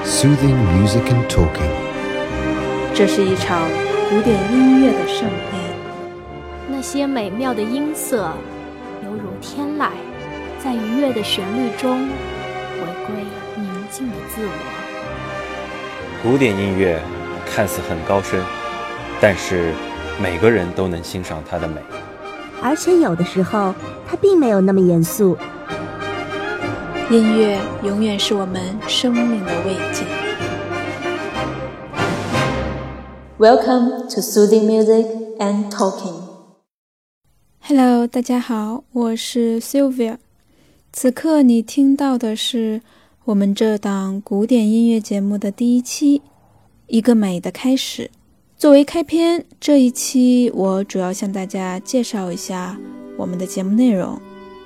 Soothing music and talking. 这是一场古典音乐的盛宴， 那些美妙的音色犹如天籁，在愉悦的旋律中回归宁静的自我。 古典音乐看似很高深，但是每个人都能欣赏它的美， 而且有的时候它并没有那么严肃。 音乐永远是我们生命的慰藉。Welcome to Soothing Music and Talking. Hello， 大家好，我是 Sylvia。此刻你听到的是我们这档古典音乐节目的第一期，一个美的开始。作为开篇，这一期我主要向大家介绍一下我们的节目内容。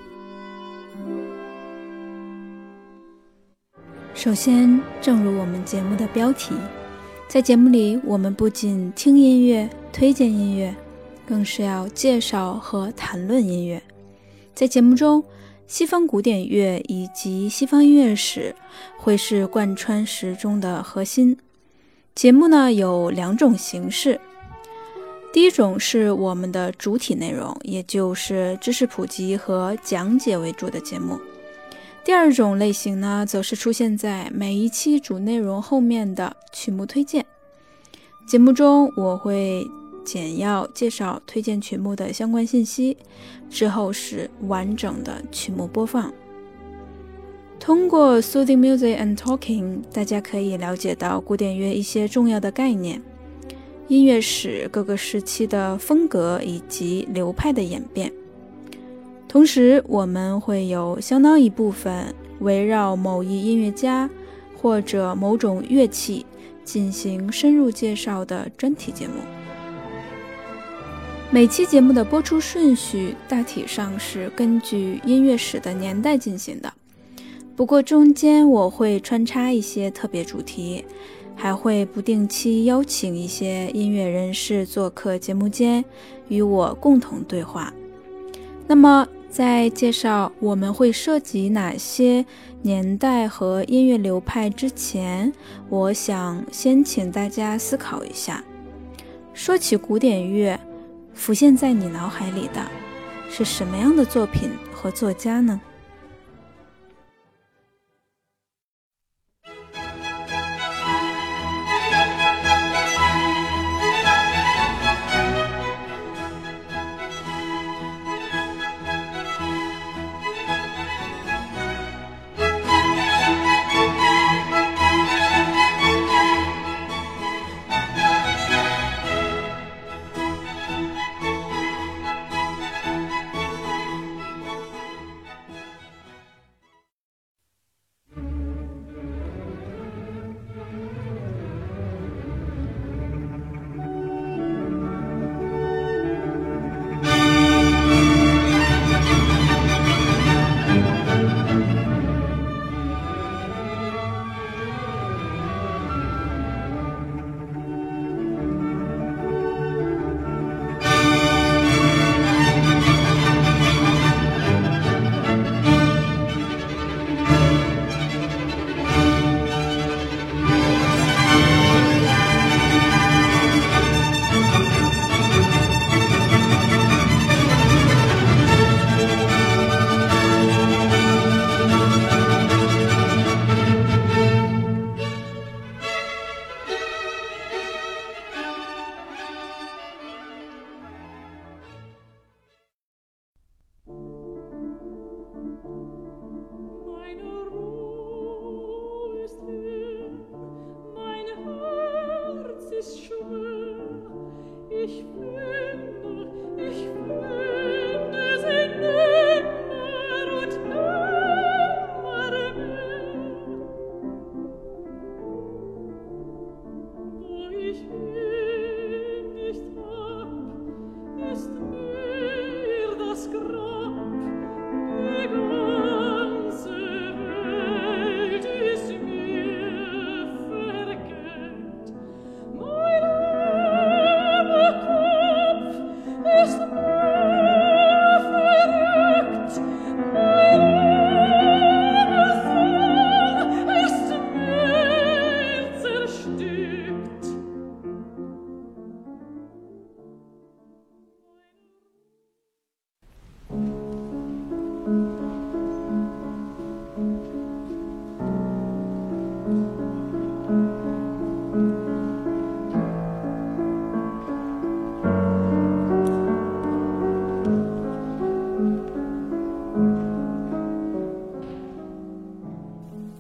首先，正如我们节目的标题，在节目里我们不仅听音乐、推荐音乐，更是要介绍和谈论音乐。在节目中，西方古典乐以及西方音乐史会是贯穿始终的核心。节目呢有两种形式，第一种是我们的主体内容，也就是知识普及和讲解为主的节目。第二种类型呢，则是出现在每一期主内容后面的曲目推荐。节目中我会简要介绍推荐曲目的相关信息，之后是完整的曲目播放。通过 Soothing Music and Talking， 大家可以了解到古典乐一些重要的概念，音乐史各个时期的风格以及流派的演变。同时我们会有相当一部分围绕某一音乐家或者某种乐器进行深入介绍的专题节目。每期节目的播出顺序大体上是根据音乐史的年代进行的，不过中间我会穿插一些特别主题，还会不定期邀请一些音乐人士做客节目间与我共同对话。那么在介绍我们会涉及哪些年代和音乐流派之前，我想先请大家思考一下，说起古典乐，浮现在你脑海里的是什么样的作品和作家呢？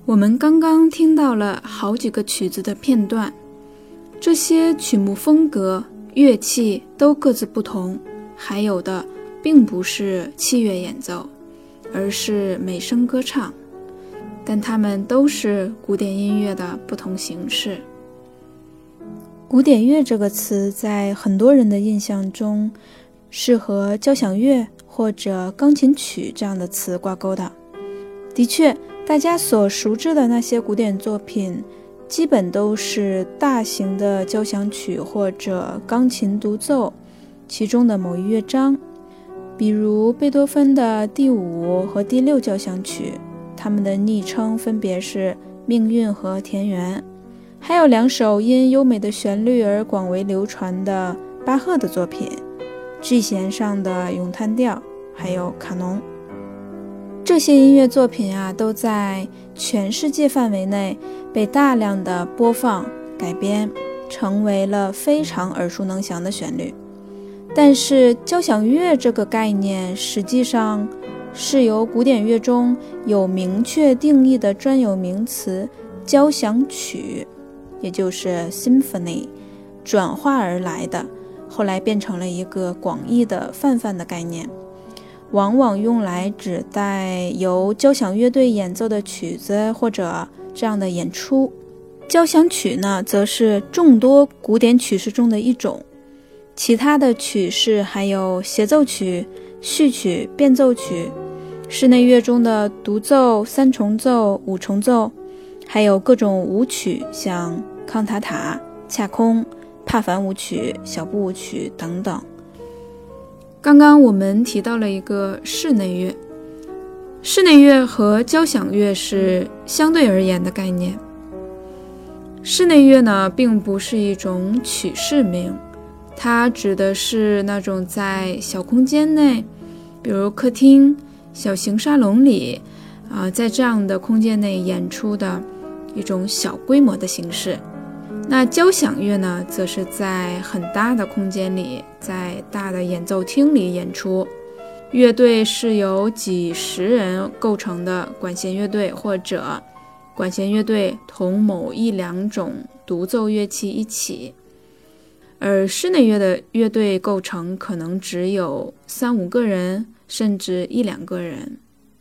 我们刚刚听到了好几个曲子的片段，这些曲目风格、乐器都各自不同，还有的并不是器乐演奏，而是美声歌唱，但它们都是古典音乐的不同形式。古典乐这个词在很多人的印象中是和交响乐或者钢琴曲这样的词挂钩的。的确，大家所熟知的那些古典作品基本都是大型的交响曲或者钢琴独奏其中的某一乐章，比如贝多芬的第5和第6交响曲，他们的昵称分别是命运和田园。还有2首因优美的旋律而广为流传的巴赫的作品， G 弦上的咏叹调，还有卡农。这些音乐作品都在全世界范围内被大量的播放、改编，成为了非常耳熟能详的旋律。但是交响乐这个概念实际上是由古典乐中有明确定义的专有名词交响曲，也就是 symphony 转化而来的，后来变成了一个广义的泛的概念，往往用来指代由交响乐队演奏的曲子或者这样的演出。交响曲呢，则是众多古典曲式中的一种，其他的曲式还有协奏曲、序曲、变奏曲，室内乐中的独奏、3重奏、5重奏，还有各种舞曲，像康塔塔、恰空、帕凡舞曲、小步舞曲等等。刚刚我们提到了一个室内乐，室内乐和交响乐是相对而言的概念。室内乐呢，并不是一种曲式名，它指的是那种在小空间内，比如客厅、小型沙龙里在这样的空间内演出的一种小规模的形式。那交响乐呢，则是在很大的空间里，在大的演奏厅里演出，乐队是由几十人构成的管弦乐队，或者管弦乐队同某1-2种独奏乐器一起。而室内乐的乐队构成可能只有3-5个人，甚至1-2个人。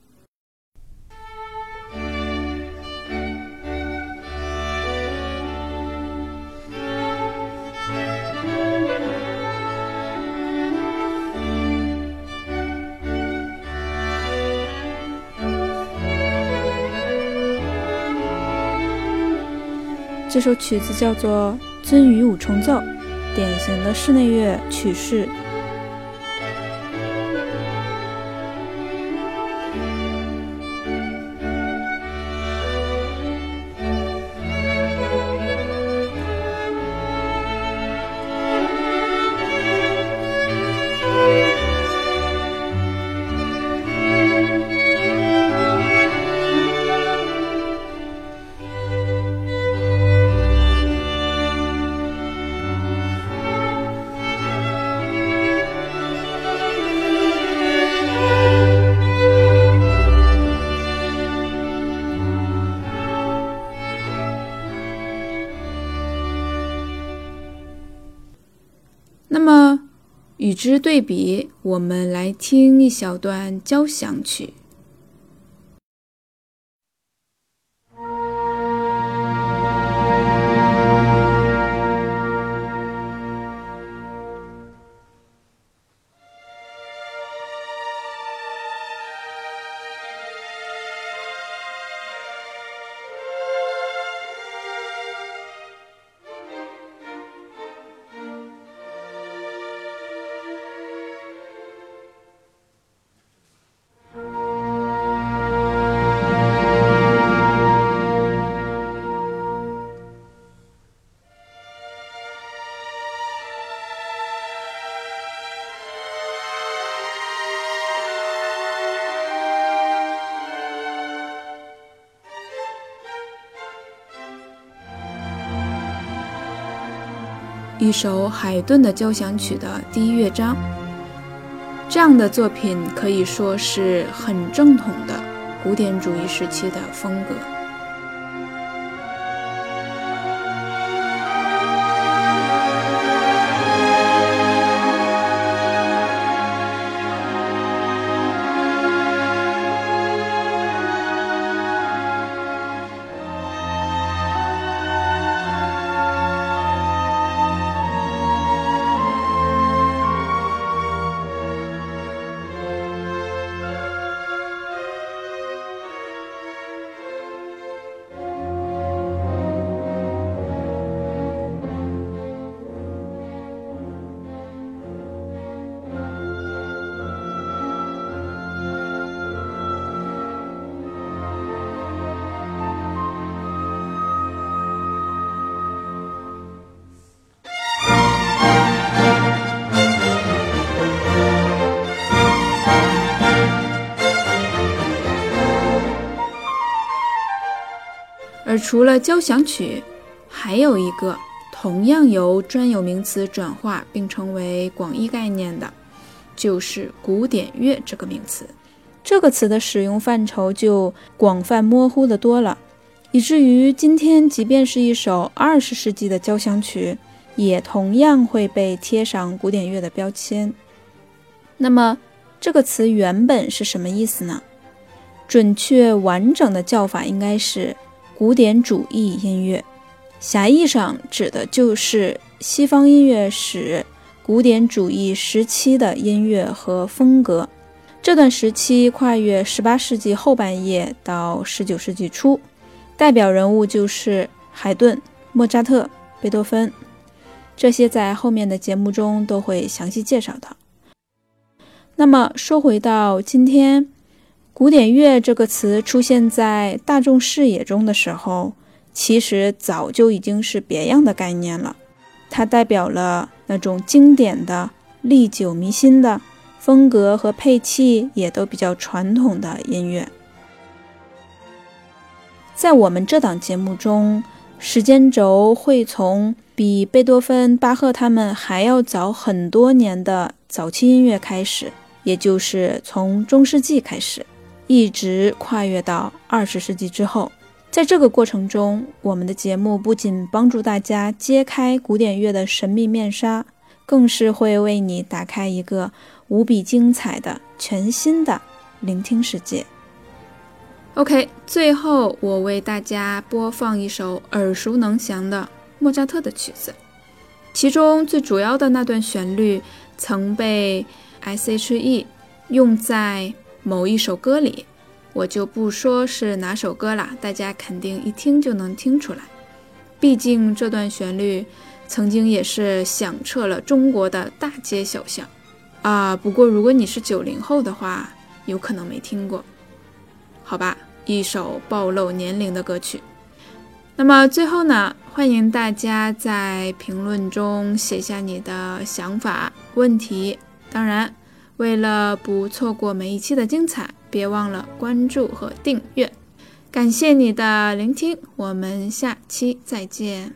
这首曲子叫做《鳟鱼5重奏》，典型的室内乐曲式。那么与之对比，我们来听一小段交响曲。一首海顿的交响曲的第1乐章，这样的作品可以说是很正统的古典主义时期的风格。 而除了交响曲，还有一个同样由专有名词转化并成为广义概念的，就是古典乐这个名词。这个词的使用范畴就广泛模糊的多了，以至于今天即便是一首20世纪的交响曲，也同样会被贴上古典乐的标签。那么这个词原本是什么意思呢？准确完整的叫法应该是古典主义音乐，狭义上指的就是西方音乐史古典主义时期的音乐和风格。这段时期跨越18世纪后半叶到19世纪初，代表人物就是海顿、莫扎特、贝多芬，这些在后面的节目中都会详细介绍到。那么说回到今天，古典乐这个词出现在大众视野中的时候，其实早就已经是别样的概念了。它代表了那种经典的、历久弥新的、风格和配器也都比较传统的音乐。在我们这档节目中，时间轴会从比贝多芬、巴赫他们还要早很多年的早期音乐开始，也就是从中世纪开始，一直跨越到20世纪之后。在这个过程中，我们的节目不仅帮助大家揭开古典乐的神秘面纱，更是会为你打开一个无比精彩的全新的聆听世界。OK， 最后我为大家播放一首耳熟能详的莫扎特的曲子，其中最主要的那段旋律曾被 SHE 用在某一首歌里，我就不说是哪首歌了，大家肯定一听就能听出来。毕竟这段旋律曾经也是响彻了中国的大街小巷不过如果你是90后的话，有可能没听过，好吧，一首暴露年龄的歌曲。那么最后呢，欢迎大家在评论中写下你的想法、问题。当然，为了不错过每一期的精彩，别忘了关注和订阅。感谢你的聆听，我们下期再见。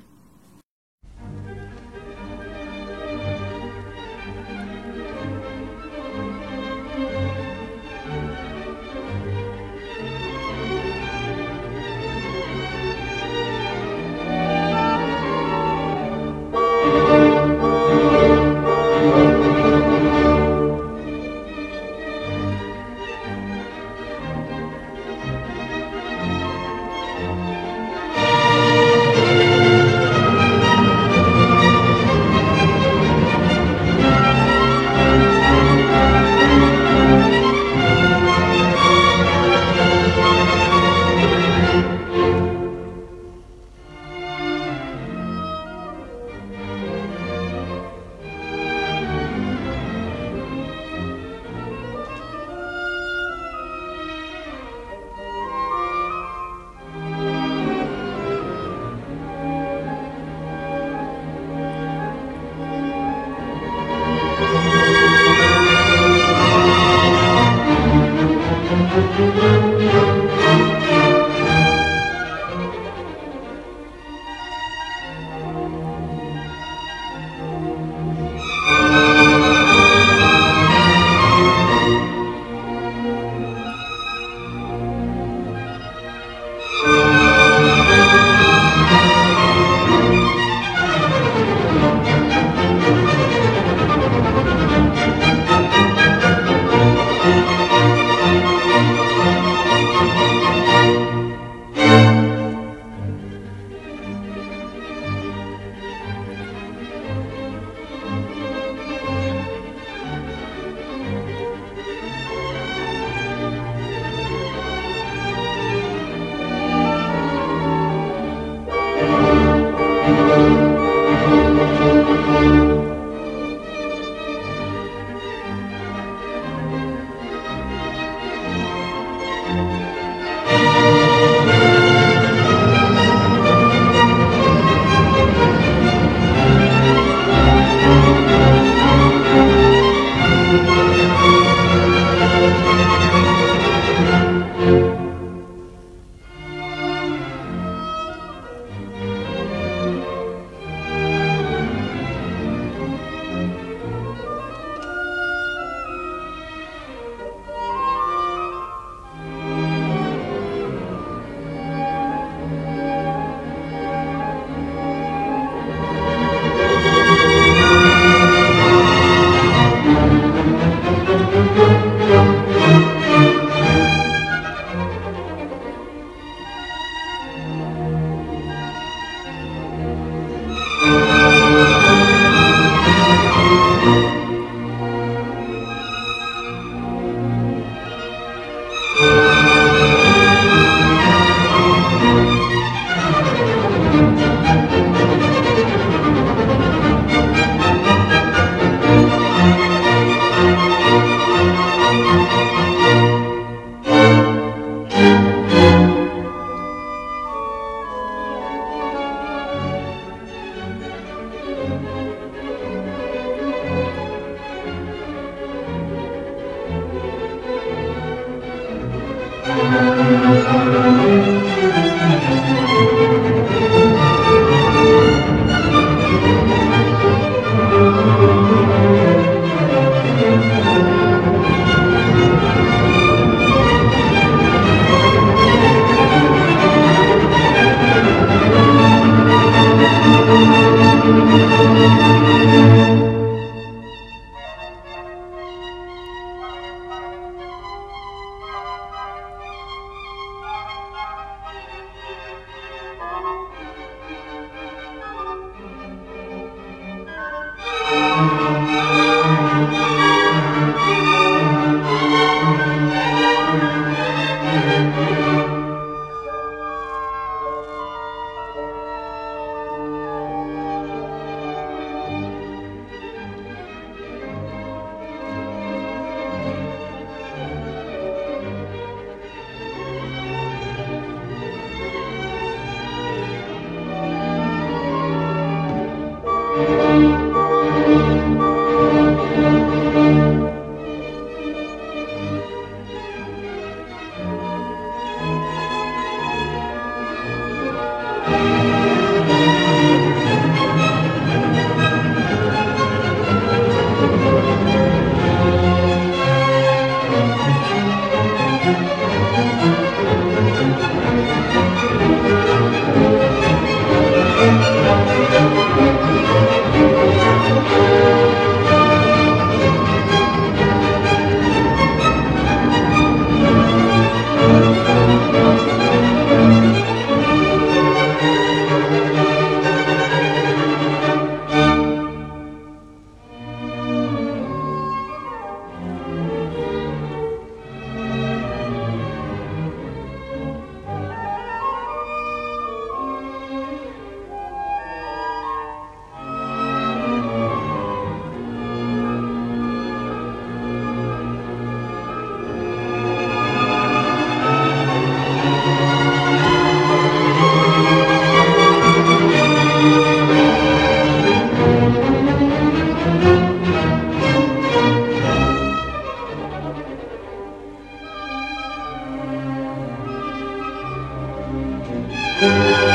见。